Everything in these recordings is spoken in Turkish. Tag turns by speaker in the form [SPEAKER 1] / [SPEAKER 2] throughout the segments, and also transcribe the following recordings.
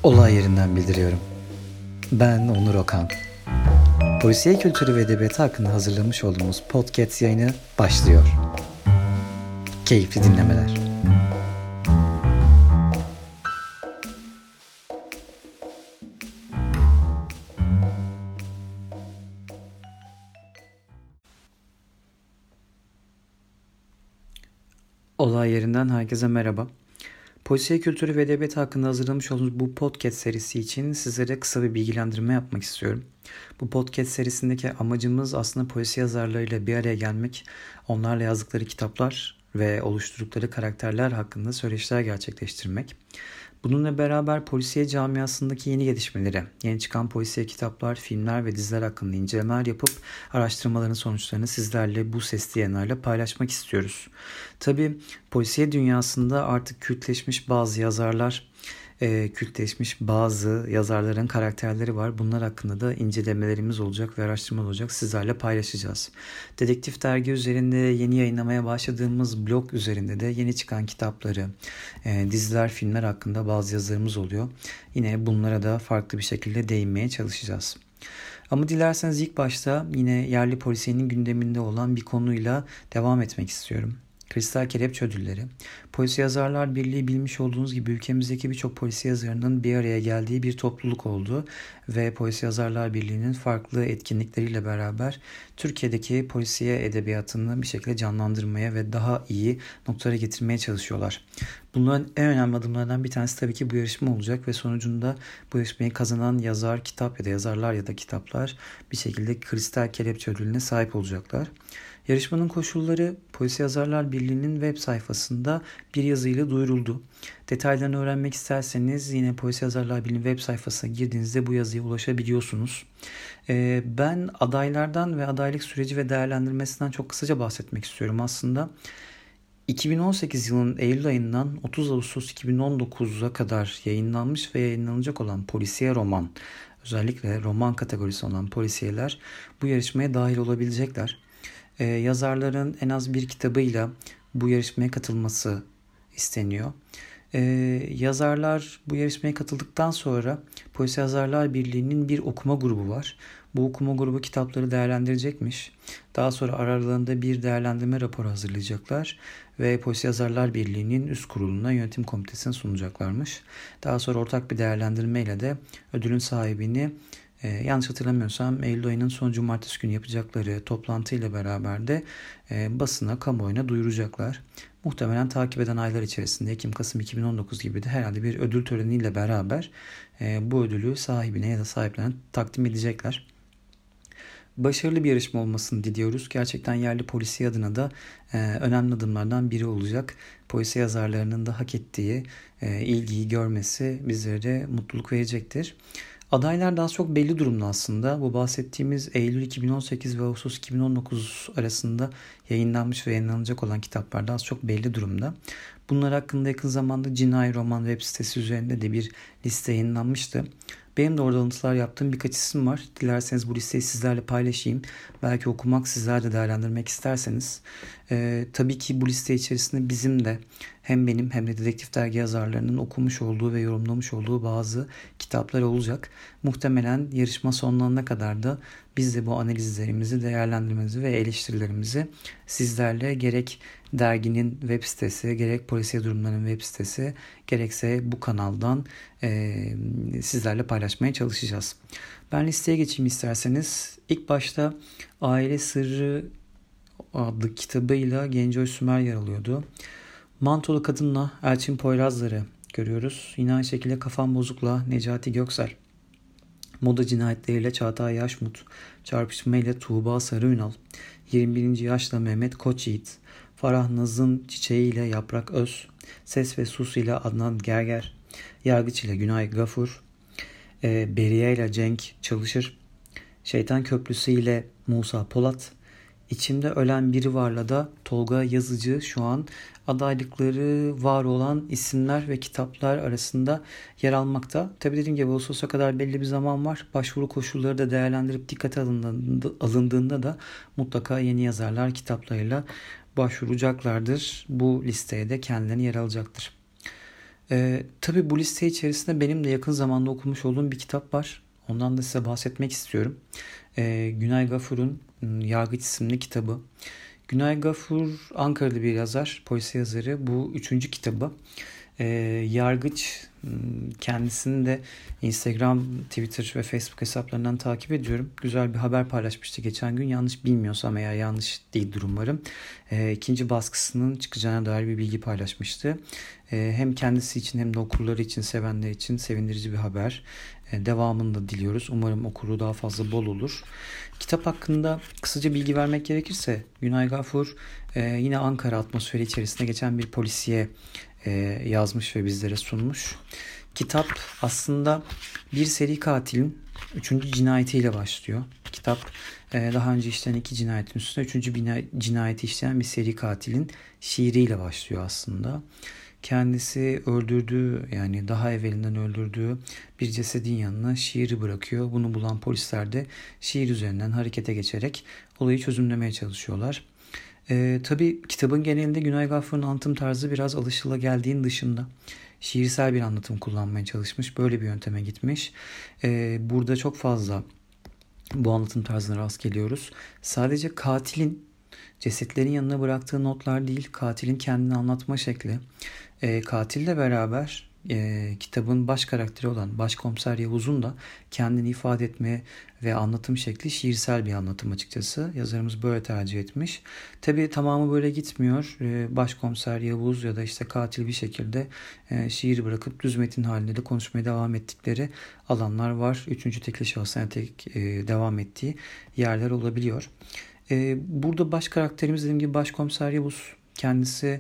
[SPEAKER 1] Olay yerinden bildiriyorum. Ben Onur Okan. Polisiye kültürü ve edebiyatı hakkında hazırlamış olduğumuz podcast yayını başlıyor. Keyifli dinlemeler. Olay yerinden herkese merhaba. Polisiye kültürü ve edebiyatı hakkında hazırlamış olduğumuz bu podcast serisi için sizlere kısa bir bilgilendirme yapmak istiyorum. Bu podcast serisindeki amacımız aslında polisiye yazarlarıyla bir araya gelmek, onlarla yazdıkları kitaplar ve oluşturdukları karakterler hakkında söyleşiler gerçekleştirmek. Bununla beraber polisiye camiasındaki yeni gelişmeleri, yeni çıkan polisiye kitaplar, filmler ve diziler hakkında incelemeler yapıp araştırmaların sonuçlarını sizlerle bu sesli yayınlarla paylaşmak istiyoruz. Tabii polisiye dünyasında artık kültleşmiş bazı yazarların karakterleri var. Bunlar hakkında da incelemelerimiz olacak ve araştırmalar olacak. Sizlerle paylaşacağız. Dedektif Dergi üzerinde yeni yayınlamaya başladığımız blog üzerinde de yeni çıkan kitapları, diziler, filmler hakkında bazı yazılarımız oluyor. Yine bunlara da farklı bir şekilde değinmeye çalışacağız. Ama dilerseniz ilk başta yine yerli polisiyenin gündeminde olan bir konuyla devam etmek istiyorum. Kristal Kelepçe Ödülleri. Polisiye Yazarlar Birliği bilmiş olduğunuz gibi ülkemizdeki birçok polisiye yazarının bir araya geldiği bir topluluk oldu ve Polisiye Yazarlar Birliği'nin farklı etkinlikleriyle beraber Türkiye'deki polisiye edebiyatını bir şekilde canlandırmaya ve daha iyi noktalara getirmeye çalışıyorlar. Bunların en önemli adımlarından bir tanesi tabii ki bu yarışma olacak ve sonucunda bu yarışmayı kazanan yazar, kitap ya da yazarlar ya da kitaplar bir şekilde Kristal Kelepçe Ödülü'ne sahip olacaklar. Yarışmanın koşulları Polisiye Yazarlar Birliği'nin web sayfasında bir yazıyla duyuruldu. Detaylarını öğrenmek isterseniz yine Polisiye Yazarlar Birliği web sayfasına girdiğinizde bu yazıya ulaşabiliyorsunuz. Ben adaylardan ve adaylık süreci ve değerlendirmesinden çok kısaca bahsetmek istiyorum aslında. 2018 yılının Eylül ayından 30 Ağustos 2019'a kadar yayınlanmış ve yayınlanacak olan polisiye roman, özellikle roman kategorisi olan polisiyeler bu yarışmaya dahil olabilecekler. Yazarların en az bir kitabıyla bu yarışmaya katılması isteniyor. Yazarlar bu yarışmaya katıldıktan sonra Polisiye Yazarlar Birliği'nin bir okuma grubu var. Bu okuma grubu kitapları değerlendirecekmiş. Daha sonra aralarında bir değerlendirme raporu hazırlayacaklar ve Polisiye Yazarlar Birliği'nin üst kuruluna, yönetim komitesine sunacaklarmış. Daha sonra ortak bir değerlendirmeyle de ödülün sahibini yanlış hatırlamıyorsam Eylül ayının son cumartesi günü yapacakları toplantıyla beraber de basına, kamuoyuna duyuracaklar. Muhtemelen takip eden aylar içerisinde Ekim-Kasım 2019 gibi de herhalde bir ödül töreniyle beraber bu ödülü sahibine ya da sahiplerine takdim edecekler. Başarılı bir yarışma olmasını diliyoruz. Gerçekten yerli polisiye adına da önemli adımlardan biri olacak. Polisiye yazarlarının da hak ettiği ilgiyi görmesi bizlere mutluluk verecektir. Adaylar daha çok belli durumda aslında. Bu bahsettiğimiz Eylül 2018 ve Ağustos 2019 arasında yayınlanmış ve yayınlanacak olan kitaplar daha çok belli durumda. Bunlar hakkında yakın zamanda Cinay Roman web sitesi üzerinde de bir liste yayınlanmıştı. Benim de orada alıntılar yaptığım birkaç isim var. Dilerseniz bu listeyi sizlerle paylaşayım. Belki okumak, sizler de değerlendirmek isterseniz. Tabii ki bu liste içerisinde bizim de hem benim hem de Dedektif Dergi yazarlarının okumuş olduğu ve yorumlamış olduğu bazı kitaplar olacak. Muhtemelen yarışma sonlanana kadar da biz de bu analizlerimizi, değerlendirmemizi ve eleştirilerimizi sizlerle gerek derginin web sitesi, gerek polisiye durumların web sitesi, gerekse bu kanaldan sizlerle paylaşmaya çalışacağız. Ben listeye geçeyim isterseniz. İlk başta Aile Sırrı adlı kitabıyla Gencoy Sümer yer alıyordu. Mantolu Kadın'la Elçin Poyrazlar'ı görüyoruz. Yine aynı şekilde Kafam Bozuk'la Necati Göksel. Moda Cinayetleriyle Çağatay Yaşmut. Çarpışma ile Tuğba Sarıünal. 21. Yaşla Mehmet Koçyiğit. Farah Naz'ın Çiçeği ile Yaprak Öz. Ses ve Sus ile Adnan Gerger. Yargıç ile Günay Gafur. Beriye ile Cenk Çalışır. Şeytan Köprüsü ile Musa Polat. İçimde Ölen Biri Var'la da Tolga Yazıcı şu an adaylıkları var olan isimler ve kitaplar arasında yer almakta. Tabii dediğim gibi Ağustos'a kadar belli bir zaman var. Başvuru koşulları da değerlendirip dikkate alındığında da mutlaka yeni yazarlar kitaplarıyla başvuracaklardır. Bu listeye de kendilerini yer alacaktır. Tabii bu liste içerisinde benim de yakın zamanda okumuş olduğum bir kitap var. Ondan da size bahsetmek istiyorum. Günay Gafur'un Yargıç isimli kitabı. Günay Gafur Ankaralı bir yazar, polisiye yazarı. Bu üçüncü kitabı. Yargıç kendisini de Instagram, Twitter ve Facebook hesaplarından takip ediyorum. Güzel bir haber paylaşmıştı geçen gün. Yanlış bilmiyorsam, eğer yanlış değildir umarım. İkinci baskısının çıkacağına dair bir bilgi paylaşmıştı. Hem kendisi için hem de okurları için, sevenler için sevindirici bir haber. Devamını da diliyoruz. Umarım okuru daha fazla bol olur. Kitap hakkında kısaca bilgi vermek gerekirse, Günay Gafur yine Ankara atmosferi içerisinde geçen bir polisiye yazmış ve bizlere sunmuş. Kitap aslında bir seri katilin 3. cinayetiyle başlıyor. Kitap daha önce işlenen 2 cinayetin üstüne 3. cinayeti işleyen bir seri katilin şiiriyle başlıyor aslında. Kendisi öldürdüğü, yani daha evvelinden öldürdüğü bir cesedin yanına şiiri bırakıyor. Bunu bulan polisler de şiir üzerinden harekete geçerek olayı çözümlemeye çalışıyorlar. Tabii kitabın genelinde Günay Gafur'un anlatım tarzı biraz alışılageldiğin dışında şiirsel bir anlatım kullanmaya çalışmış. Böyle bir yönteme gitmiş. Burada çok fazla bu anlatım tarzına rast geliyoruz. Sadece katilin cesetlerin yanına bıraktığı notlar değil, katilin kendini anlatma şekli. Katille beraber kitabın baş karakteri olan Başkomiser Yavuz'un da kendini ifade etme ve anlatım şekli şiirsel bir anlatım açıkçası. Yazarımız böyle tercih etmiş. Tabii tamamı böyle gitmiyor. Başkomiser Yavuz ya da işte katil bir şekilde şiiri bırakıp düz metin halinde de konuşmaya devam ettikleri alanlar var. Üçüncü tekli şahsına devam ettiği yerler olabiliyor. Burada baş karakterimiz, dediğim gibi, Başkomiser Yavuz. Kendisi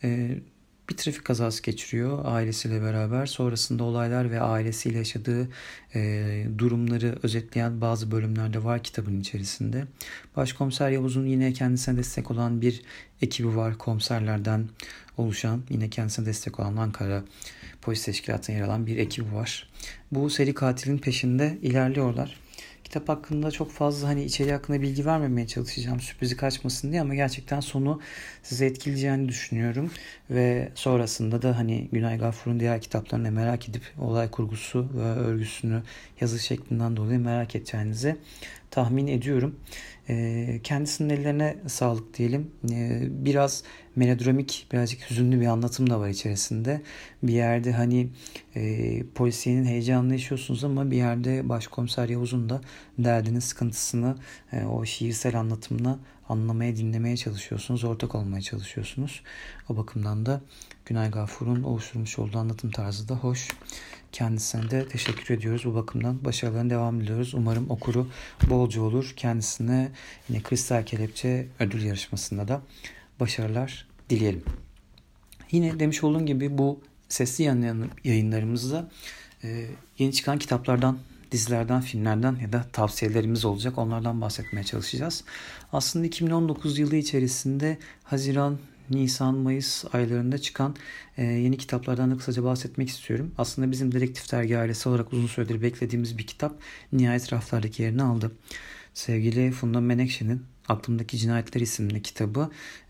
[SPEAKER 1] bir trafik kazası geçiriyor ailesiyle beraber. Sonrasında olaylar ve ailesiyle yaşadığı durumları özetleyen bazı bölümler de var kitabın içerisinde. Başkomiser Yavuz'un yine kendisine destek olan bir ekibi var. Komiserlerden oluşan, yine kendisine destek olan Ankara Polis Teşkilatı'na yer alan bir ekibi var. Bu seri katilin peşinde ilerliyorlar. Kitap hakkında çok fazla içeriği hakkında bilgi vermemeye çalışacağım, sürprizi kaçmasın diye, ama gerçekten sonu size etkileyeceğini düşünüyorum ve sonrasında da Günay Gafur'un diğer kitaplarını merak edip olay kurgusu ve örgüsünü, yazı şeklinden dolayı merak edeceğinizi tahmin ediyorum. Kendisinin ellerine sağlık diyelim. Biraz melodramik, birazcık hüzünlü bir anlatım da var içerisinde. Bir yerde polisiyenin heyecanını yaşıyorsunuz ama bir yerde Başkomiser Yavuz'un da derdini, sıkıntısını o şiirsel anlatımla anlamaya, dinlemeye çalışıyorsunuz. Ortak olmaya çalışıyorsunuz. O bakımdan da Günay Gafur'un oluşturmuş olduğu anlatım tarzı da hoş. Kendisine de teşekkür ediyoruz. Bu bakımdan başarılarına devam ediyoruz. Umarım okuru bolca olur. Kendisine yine Kristal Kelepçe ödül yarışmasında da başarılar dileyelim. Yine demiş olduğum gibi bu sesli yayınlarımızda yeni çıkan kitaplardan, dizilerden, filmlerden ya da tavsiyelerimiz olacak. Onlardan bahsetmeye çalışacağız. Aslında 2019 yılı içerisinde Haziran, Nisan, Mayıs aylarında çıkan yeni kitaplardan da kısaca bahsetmek istiyorum. Aslında bizim Dedektif Dergi ailesi olarak uzun süredir beklediğimiz bir kitap nihayet raflardaki yerini aldı. Sevgili Funda Menekşe'nin Aklımdaki Cinayetler isimli kitabı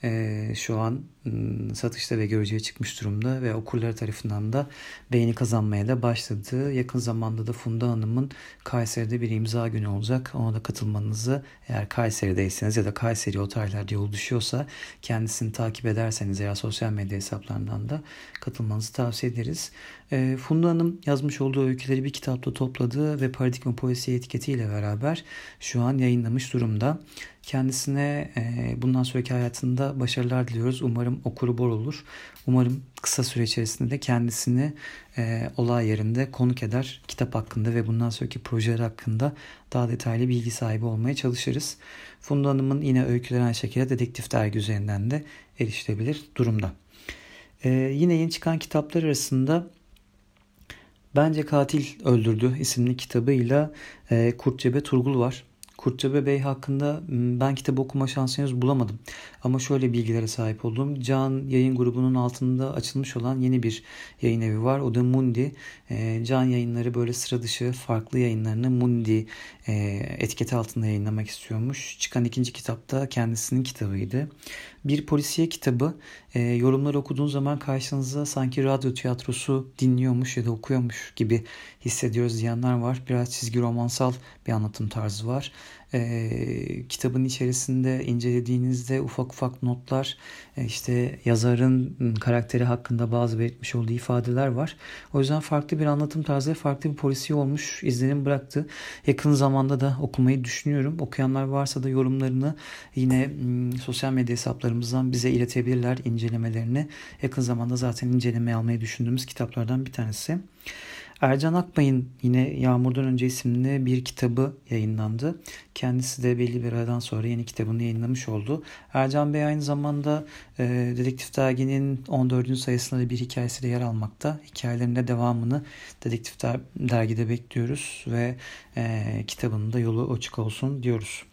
[SPEAKER 1] şu an satışta ve görücüye çıkmış durumda ve okurları tarafından da beğeni kazanmaya da başladı. Yakın zamanda da Funda Hanım'ın Kayseri'de bir imza günü olacak. Ona da katılmanızı, eğer Kayseri'deyseniz ya da Kayseri o tarihlerde yol düşüyorsa, kendisini takip ederseniz eğer sosyal medya hesaplarından da katılmanızı tavsiye ederiz. Funda Hanım yazmış olduğu öyküleri bir kitapta topladı ve Paradigma Polisiye etiketiyle beraber şu an yayınlamış durumda. Kendisine bundan sonraki hayatında başarılar diliyoruz. Umarım okuru bol olur. Umarım kısa süre içerisinde de kendisini olay yerinde konuk eder. Kitap hakkında ve bundan sonraki projeler hakkında daha detaylı bilgi sahibi olmaya çalışırız. Funda Hanım'ın yine öyküleri aynı şekilde Dedektif Dergi üzerinden de erişilebilir durumda. Yine yeni çıkan kitaplar arasında Bence Katil Öldürdü isimli kitabıyla Kurtcebe Turgul var. Kurtçebe Bey hakkında ben kitabı okuma şansı henüz bulamadım. Ama şöyle bilgilere sahip oldum. Can Yayın Grubu'nun altında açılmış olan yeni bir yayın evi var. O da Mundi. Can Yayınları böyle sıra dışı farklı yayınlarını Mundi etiketi altında yayınlamak istiyormuş. Çıkan ikinci kitap da kendisinin kitabıydı. Bir polisiye kitabı. Yorumları okuduğun zaman karşınıza sanki radyo tiyatrosu dinliyormuş ya da okuyormuş gibi hissediyoruz diyenler var. Biraz çizgi romansal bir anlatım tarzı var. Kitabın içerisinde incelediğinizde ufak ufak notlar, işte yazarın karakteri hakkında bazı belirtmiş olduğu ifadeler var. O yüzden farklı bir anlatım tarzı ve farklı bir polisiye olmuş, izlenim bıraktı. Yakın zamanda da okumayı düşünüyorum. Okuyanlar varsa da yorumlarını yine sosyal medya hesaplarımızdan bize iletebilirler, incelemelerini. Yakın zamanda zaten incelemeye almayı düşündüğümüz kitaplardan bir tanesi. Ercan Akbay'ın yine Yağmurdan Önce isimli bir kitabı yayınlandı. Kendisi de belli bir aradan sonra yeni kitabını yayınlamış oldu. Ercan Bey aynı zamanda Dedektif Dergi'nin 14. sayısında bir hikayesiyle yer almakta. Hikayelerinde devamını Dedektif Dergi'de bekliyoruz ve kitabının da yolu açık olsun diyoruz.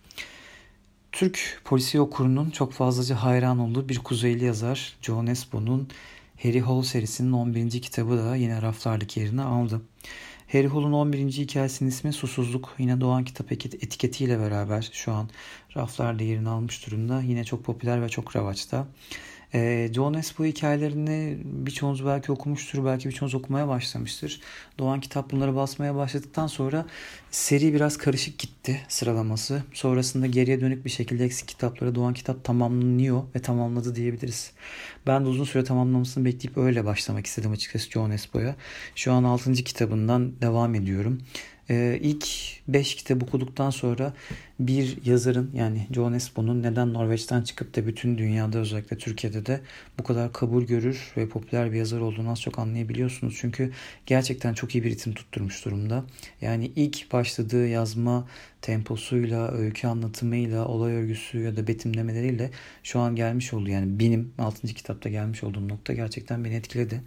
[SPEAKER 1] Türk polisiye okurunun çok fazlaca hayran olduğu bir Kuzeyli yazar John Nesbo'nun Harry Hole serisinin 11. kitabı da yine raflardaki yerini aldı. Harry Hole'un 11. hikayesinin ismi Susuzluk. Yine Doğan Kitap etiketiyle beraber şu an raflarda yerini almış durumda. Yine çok popüler ve çok revaçta. John Nesbo hikayelerini birçoğunuz belki okumuştur, belki birçoğunuz okumaya başlamıştır. Doğan Kitap bunları basmaya başladıktan sonra seri biraz karışık gitti sıralaması. Sonrasında geriye dönük bir şekilde eksik kitapları Doğan Kitap tamamlanıyor ve tamamladı diyebiliriz. Ben de uzun süre tamamlamasını bekleyip öyle başlamak istedim açıkçası John Nesbo'ya. Şu an 6. kitabından devam ediyorum. İlk 5 kitap okuduktan sonra bir yazarın, yani John Nesbo'nun neden Norveç'ten çıkıp da bütün dünyada, özellikle Türkiye'de de bu kadar kabul görür ve popüler bir yazar olduğunu az çok anlayabiliyorsunuz. Çünkü gerçekten çok iyi bir ritim tutturmuş durumda. Yani ilk başladığı yazma temposuyla, öykü anlatımıyla, olay örgüsü ya da betimlemeleriyle şu an gelmiş oldu. Yani benim 6. kitapta gelmiş olduğum nokta gerçekten beni etkiledi.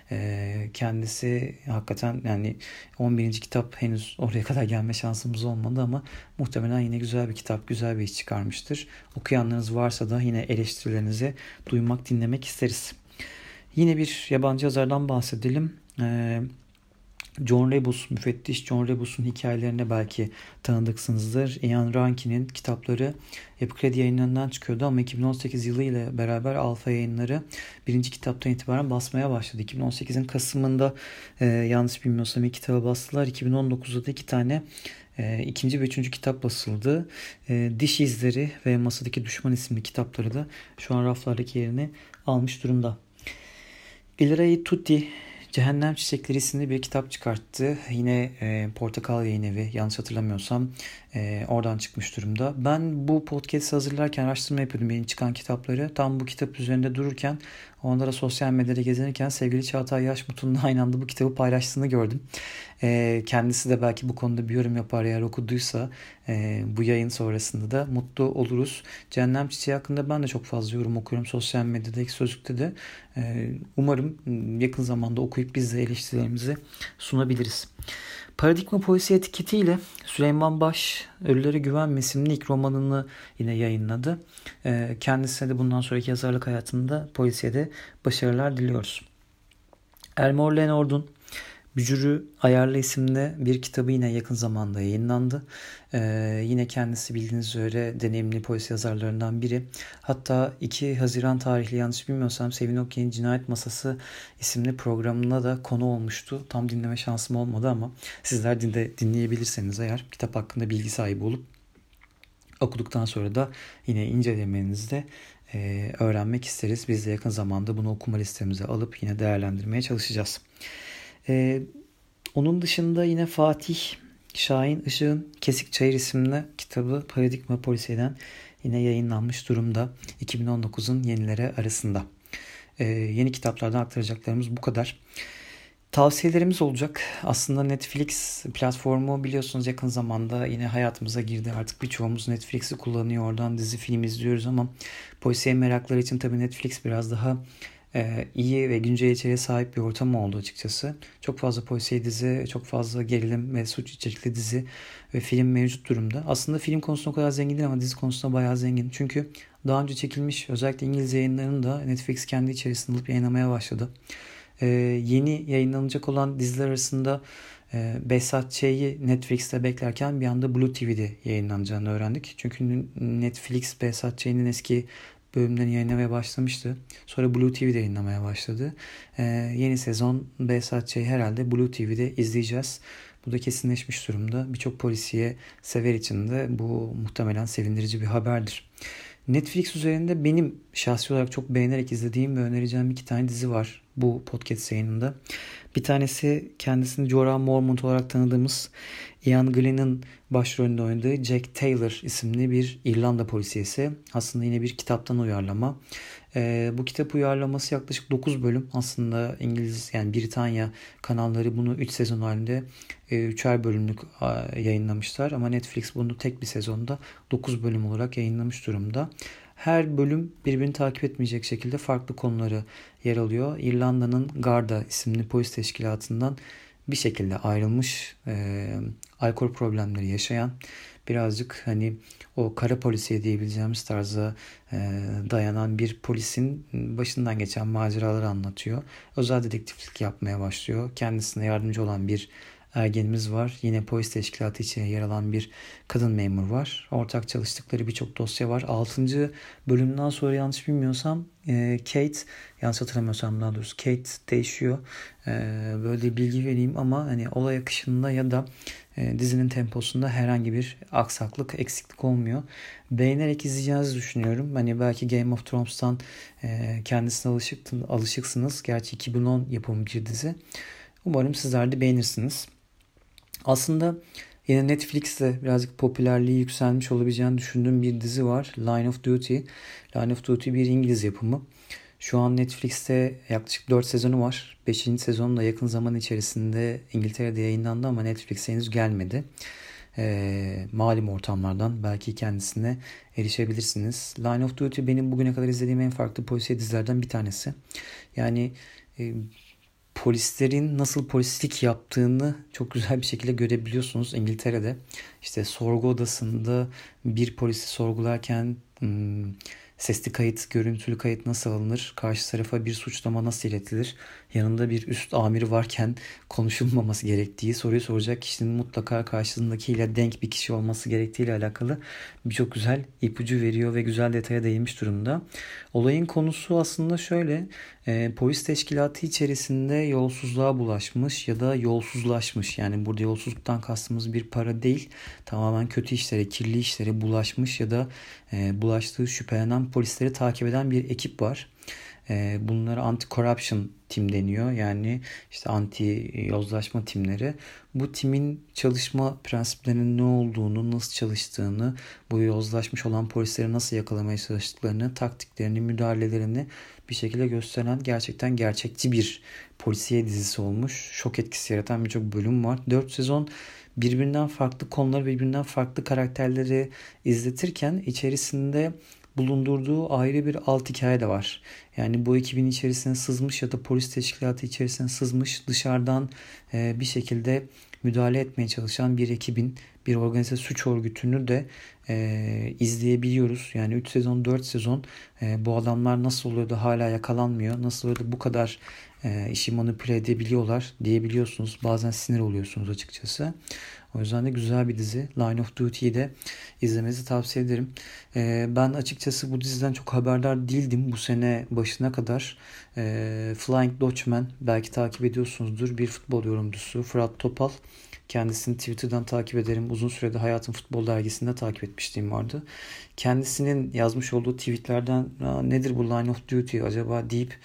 [SPEAKER 1] Kendisi hakikaten, yani 11. kitap henüz oraya kadar gelme şansımız olmadı ama muhtemelen yine güzel bir kitap, güzel bir iş çıkarmıştır. Okuyanlarınız varsa da yine eleştirilerinizi duymak, dinlemek isteriz. Yine bir yabancı yazardan bahsedelim. John Rebus, müfettiş John Rebus'un hikayelerine belki tanıdıksınızdır. Ian Rankin'in kitapları Yapı Kredi Yayınları'ndan çıkıyordu ama 2018 yılı ile beraber Alfa Yayınları birinci kitaptan itibaren basmaya başladı. 2018'in Kasım'ında yanlış bilmiyorsam ilk kitabı bastılar. 2019'da da 2 tane ikinci ve üçüncü kitap basıldı. Diş İzleri ve Masadaki Düşman isimli kitapları da şu an raflardaki yerini almış durumda. Ilray Tutti Cehennem Çiçekleri isimli bir kitap çıkarttı. Yine Portakal Yayınevi, yanlış hatırlamıyorsam oradan çıkmış durumda. Ben bu podcast'ı hazırlarken araştırma yapıyordum yeni çıkan kitapları. Tam bu kitap üzerinde dururken, onlara sosyal medyada gezinirken sevgili Çağatay Yaşmut'un aynı anda bu kitabı paylaştığını gördüm. Kendisi de belki bu konuda bir yorum yapar eğer okuduysa bu yayın sonrasında da mutlu oluruz. Cehennem Çiçeği hakkında ben de çok fazla yorum okuyorum sosyal medyada, Ekşi Sözlük'te de. Umarım yakın zamanda okuyup biz de eleştirilerimizi sunabiliriz. Paradigma Polisi etiketiyle Süleyman Baş Ölülere Güvenme isimli ilk romanını yine yayınladı. Kendisine de bundan sonraki yazarlık hayatında polisiyede başarılar diliyoruz. Elmore Leonard'un Bücürü Ayarlı isimli bir kitabı yine yakın zamanda yayınlandı. Yine kendisi bildiğiniz üzere deneyimli polis yazarlarından biri. Hatta 2 Haziran tarihli, yanlış bilmiyorsam, Sevin Okyay'ın Cinayet Masası isimli programına da konu olmuştu. Tam dinleme şansım olmadı ama sizler dinleyebilirseniz eğer, kitap hakkında bilgi sahibi olup okuduktan sonra da yine incelemenizde öğrenmek isteriz. Biz de yakın zamanda bunu okuma listemize alıp yine değerlendirmeye çalışacağız. Onun dışında yine Fatih Şahin Işık'ın Kesik Çayır isimli kitabı Paradigma Polisiye'den yine yayınlanmış durumda 2019'un yenileri arasında. Yeni kitaplardan aktaracaklarımız bu kadar. Tavsiyelerimiz olacak. Aslında Netflix platformu biliyorsunuz yakın zamanda yine hayatımıza girdi. Artık birçoğumuz Netflix'i kullanıyor. Oradan dizi film izliyoruz ama polisiye merakları için tabii Netflix biraz daha iyi ve güncel içeriğe sahip bir ortam oldu açıkçası. Çok fazla polisiye dizi, çok fazla gerilim ve suç içerikli dizi ve film mevcut durumda. Aslında film konusunda o kadar zengin değil ama dizi konusunda bayağı zengin. Çünkü daha önce çekilmiş özellikle İngiliz yayınlarını da Netflix kendi içerisinde alıp yayınlamaya başladı. Yeni yayınlanacak olan diziler arasında Behzat Ç'yi Netflix'te beklerken bir anda Blue TV'de yayınlanacağını öğrendik. Çünkü Netflix Behzat Ç'nin eski bölümlerini yayınlamaya başlamıştı. Sonra Blue TV'de yayınlamaya başladı. Yeni sezon Behzat Ç'yi herhalde Blue TV'de izleyeceğiz. Bu da kesinleşmiş durumda. Birçok polisiye sever için de bu muhtemelen sevindirici bir haberdir. Netflix üzerinde benim şahsi olarak çok beğenerek izlediğim ve önereceğim 2 tane dizi var bu podcast yayınında. Bir tanesi kendisini Jorah Mormont olarak tanıdığımız Ian Glenn'in başrolünde oynadığı Jack Taylor isimli bir İrlanda polisiyesi. Aslında yine bir kitaptan uyarlama. Bu kitap uyarlaması yaklaşık 9 bölüm. Aslında İngiliz yani Britanya kanalları bunu 3 sezon halinde 3'er bölümlük yayınlamışlar. Ama Netflix bunu tek bir sezonda 9 bölüm olarak yayınlamış durumda. Her bölüm birbirini takip etmeyecek şekilde farklı konuları yer alıyor. İrlanda'nın Garda isimli polis teşkilatından bir şekilde ayrılmış, alkol problemleri yaşayan, birazcık hani o kara polisiye diyebileceğimiz tarza dayanan bir polisin başından geçen maceraları anlatıyor. Özel dedektiflik yapmaya başlıyor. Kendisine yardımcı olan bir ergenimiz var. Yine polis teşkilatı içine yer alan bir kadın memur var. Ortak çalıştıkları birçok dosya var. 6. bölümden sonra yanlış bilmiyorsam Kate, yanlış hatırlamıyorsam daha doğrusu Kate değişiyor. Böyle bilgi vereyim ama hani olay akışında ya da dizinin temposunda herhangi bir aksaklık, eksiklik olmuyor. Beğenerek izleyeceğinizi düşünüyorum. Hani belki Game of Thrones'tan kendisine alışıksınız. Gerçi 2010 yapımı bir dizi. Umarım sizler de beğenirsiniz. Aslında yine Netflix'te birazcık popülerliği yükselmiş olabileceğini düşündüğüm bir dizi var. Line of Duty. Line of Duty bir İngiliz yapımı. Şu an Netflix'te yaklaşık 4 sezonu var. 5. sezonu da yakın zaman içerisinde İngiltere'de yayınlandı ama Netflix'e henüz gelmedi. Malum ortamlardan belki kendisine erişebilirsiniz. Line of Duty benim bugüne kadar izlediğim en farklı polisiye dizilerden bir tanesi. Yani polislerin nasıl polislik yaptığını çok güzel bir şekilde görebiliyorsunuz İngiltere'de. İşte sorgu odasında bir polisi sorgularken sesli kayıt, görüntülü kayıt nasıl alınır? Karşı tarafa bir suçlama nasıl iletilir? Yanında bir üst amiri varken konuşulmaması gerektiği, soruyu soracak kişinin mutlaka karşısındakiyle denk bir kişi olması gerektiğiyle alakalı birçok güzel ipucu veriyor ve güzel detaya değinmiş durumda. Olayın konusu aslında şöyle, polis teşkilatı içerisinde yolsuzluğa bulaşmış ya da yolsuzlaşmış. Yani burada yolsuzluktan kastımız bir para değil, tamamen kötü işlere, kirli işlere bulaşmış ya da bulaştığı şüphelenen polisleri takip eden bir ekip var. Bunlara anti-corruption team deniyor. Yani işte anti yozlaşma timleri. Bu timin çalışma prensiplerinin ne olduğunu, nasıl çalıştığını, bu yozlaşmış olan polisleri nasıl yakalamaya çalıştıklarını, taktiklerini, müdahalelerini bir şekilde gösteren gerçekten gerçekçi bir polisiye dizisi olmuş. Şok etkisi yaratan birçok bölüm var. 4 sezon birbirinden farklı konuları, birbirinden farklı karakterleri izletirken içerisinde bulundurduğu ayrı bir alt hikaye de var. Yani bu ekibin içerisine sızmış ya da polis teşkilatı içerisine sızmış, dışarıdan bir şekilde müdahale etmeye çalışan bir ekibin, bir organize suç örgütünü de izleyebiliyoruz. Yani 3 sezon, 4 sezon bu adamlar nasıl oluyor da hala yakalanmıyor, nasıl oluyor da bu kadar işi manipüle edebiliyorlar diyebiliyorsunuz. Bazen sinir oluyorsunuz açıkçası. O yüzden de güzel bir dizi. Line of Duty'yi de izlemenizi tavsiye ederim. Ben açıkçası bu diziden çok haberdar değildim bu sene başına kadar. Flying Dutchman belki takip ediyorsunuzdur. Bir futbol yorumcusu Fırat Topal. Kendisini Twitter'dan takip ederim. Uzun sürede Hayatın Futbol Dergisi'nde takip etmişliğim vardı. Kendisinin yazmış olduğu tweetlerden nedir bu Line of Duty acaba deyip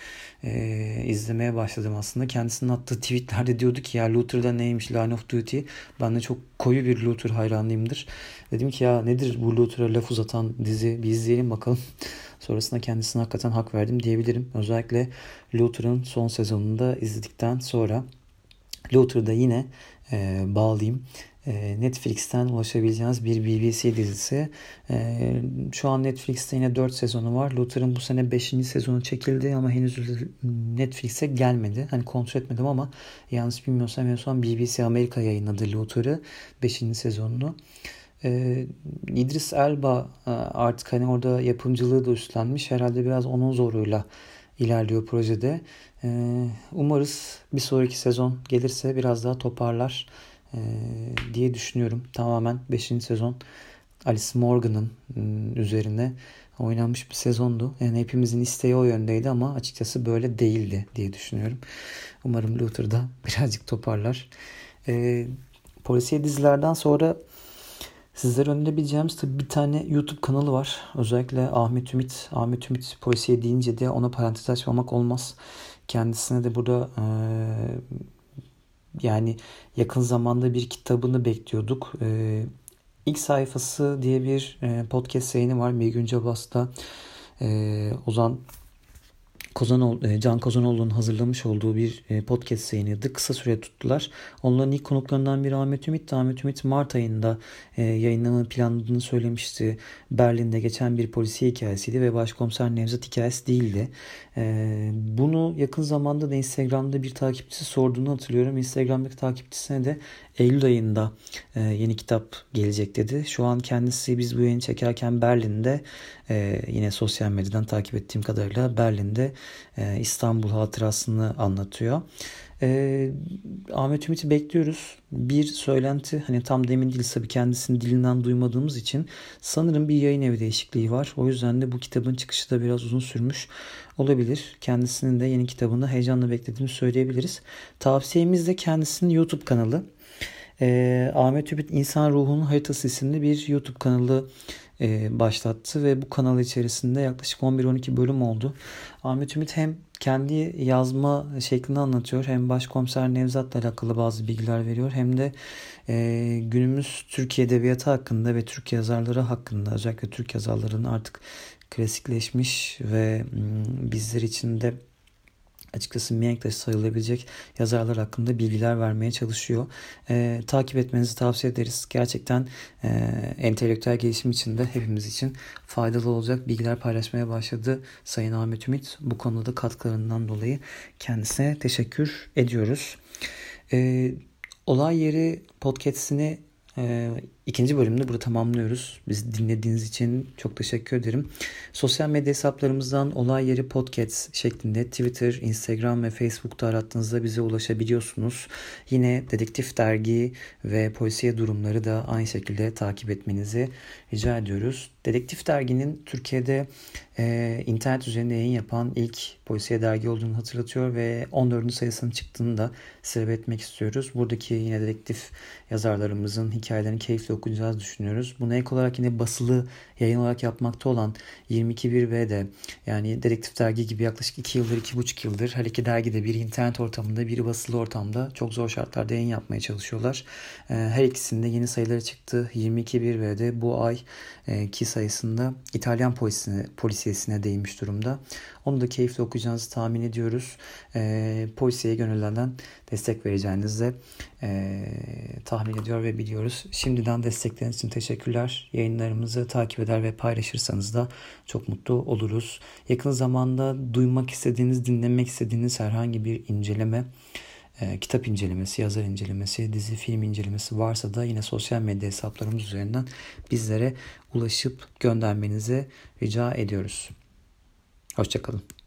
[SPEAKER 1] izlemeye başladım aslında. Kendisinin attığı tweetlerde diyordu ki ya Luther'da neymiş Line of Duty. Ben de çok koyu bir Luther hayranıyımdır. Dedim ki ya nedir bu Luther'a laf uzatan dizi, bir izleyelim bakalım. Sonrasında kendisine hakikaten hak verdim diyebilirim. Özellikle Luther'ın son sezonunda izledikten sonra Luther'da yine bağlayayım. Netflix'ten ulaşabileceğiniz bir BBC dizisi. Şu an Netflix'te yine 4 sezonu var. Luther'ın bu sene 5. sezonu çekildi ama henüz Netflix'e gelmedi. Hani kontrol etmedim ama yanlış bilmiyorsam en son BBC Amerika yayınladı Luther'ı 5. sezonunu. İdris Elba artık hani orada yapımcılığı da üstlenmiş. Herhalde biraz onun zoruyla ilerliyor projede. Umarız bir sonraki sezon gelirse biraz daha toparlar diye düşünüyorum. Tamamen 5. sezon Alice Morgan'ın üzerine oynanmış bir sezondu. Yani hepimizin isteği o yöndeydi ama açıkçası böyle değildi diye düşünüyorum. Umarım Luther da birazcık toparlar. Polisiye dizilerden sonra sizlere önerebileceğimiz tabii bir tane YouTube kanalı var. Özellikle Ahmet Ümit. Ahmet Ümit polisiye deyince de ona parantez açmamak olmaz. Kendisine de burada yani yakın zamanda bir kitabını bekliyorduk. İlk sayfası diye bir podcast yayını var. Mirgün Cabas'ta Ozan Can Kozanoğlu'nun hazırlamış olduğu bir podcast yayınıydı. Kısa süre tuttular. Onların ilk konuklarından biri Ahmet Ümit. Ahmet Ümit Mart ayında yayınlamayı planladığını söylemişti. Berlin'de geçen bir polisiye hikayesiydi ve Başkomiser Nevzat hikayesi değildi. Bunu yakın zamanda da Instagram'da bir takipçisi sorduğunu hatırlıyorum. Instagram'daki takipçisine de Eylül ayında yeni kitap gelecek dedi. Şu an kendisi biz bu yayını çekerken Berlin'de, yine sosyal medyadan takip ettiğim kadarıyla Berlin'de İstanbul hatırasını anlatıyor. Ahmet Ümit'i bekliyoruz. Bir söylenti hani tam da emin değiliz tabii kendisinin dilinden duymadığımız için sanırım bir yayın evi değişikliği var. O yüzden de bu kitabın çıkışı da biraz uzun sürmüş olabilir. Kendisinin de yeni kitabını heyecanla beklediğimizi söyleyebiliriz. Tavsiyemiz de kendisinin YouTube kanalı. Ahmet Ümit İnsan Ruhunun Haritası isimli bir YouTube kanalı başlattı ve bu kanal içerisinde yaklaşık 11-12 bölüm oldu. Ahmet Ümit hem kendi yazma şeklini anlatıyor hem Başkomiser Nevzat'la alakalı bazı bilgiler veriyor hem de günümüz Türkiye Edebiyatı hakkında ve Türk yazarları hakkında, özellikle Türk yazarlarının artık klasikleşmiş ve bizler için de açıkçası mihenk taşı sayılabilecek yazarlar hakkında bilgiler vermeye çalışıyor. Takip etmenizi tavsiye ederiz. Gerçekten entelektüel gelişim için de hepimiz için faydalı olacak bilgiler paylaşmaya başladı Sayın Ahmet Ümit. Bu konuda katkılarından dolayı kendisine teşekkür ediyoruz. Olay Yeri podcast'ini ikinci bölümde burada tamamlıyoruz. Bizi dinlediğiniz için çok teşekkür ederim. Sosyal medya hesaplarımızdan Olay Yeri Podcast şeklinde Twitter, Instagram ve Facebook'ta arattığınızda bize ulaşabiliyorsunuz. Yine Dedektif Dergi ve Polisiye Durumları da aynı şekilde takip etmenizi rica ediyoruz. Dedektif Dergi'nin Türkiye'de internet üzerinde yayın yapan ilk polisiye dergi olduğunu hatırlatıyor ve 14. sayısının çıktığını da size etmek istiyoruz. Buradaki yine dedektif yazarlarımızın hikayelerini keyifle okuyacağız düşünüyoruz. Buna ek olarak yine basılı yayın olarak yapmakta olan 22.1V'de yani Dedektif Dergi gibi yaklaşık 2 yıldır, 2,5 yıldır her iki dergide biri internet ortamında biri basılı ortamda çok zor şartlarda yayın yapmaya çalışıyorlar. Her ikisinde yeni sayıları çıktı. 22.1V'de bu ay ki sayısında İtalyan polisiyesine değinmiş durumda. Onu da keyifle okuyacağınızı tahmin ediyoruz. Polisiyeye gönüllerden destek vereceğinizi de tahmin ediyor ve biliyoruz. Şimdiden destekleriniz için teşekkürler. Yayınlarımızı takip eder ve paylaşırsanız da çok mutlu oluruz. Yakın zamanda duymak istediğiniz, dinlemek istediğiniz herhangi bir inceleme, kitap incelemesi, yazar incelemesi, dizi, film incelemesi varsa da yine sosyal medya hesaplarımız üzerinden bizlere ulaşıp göndermenizi rica ediyoruz. Hoşça kalın.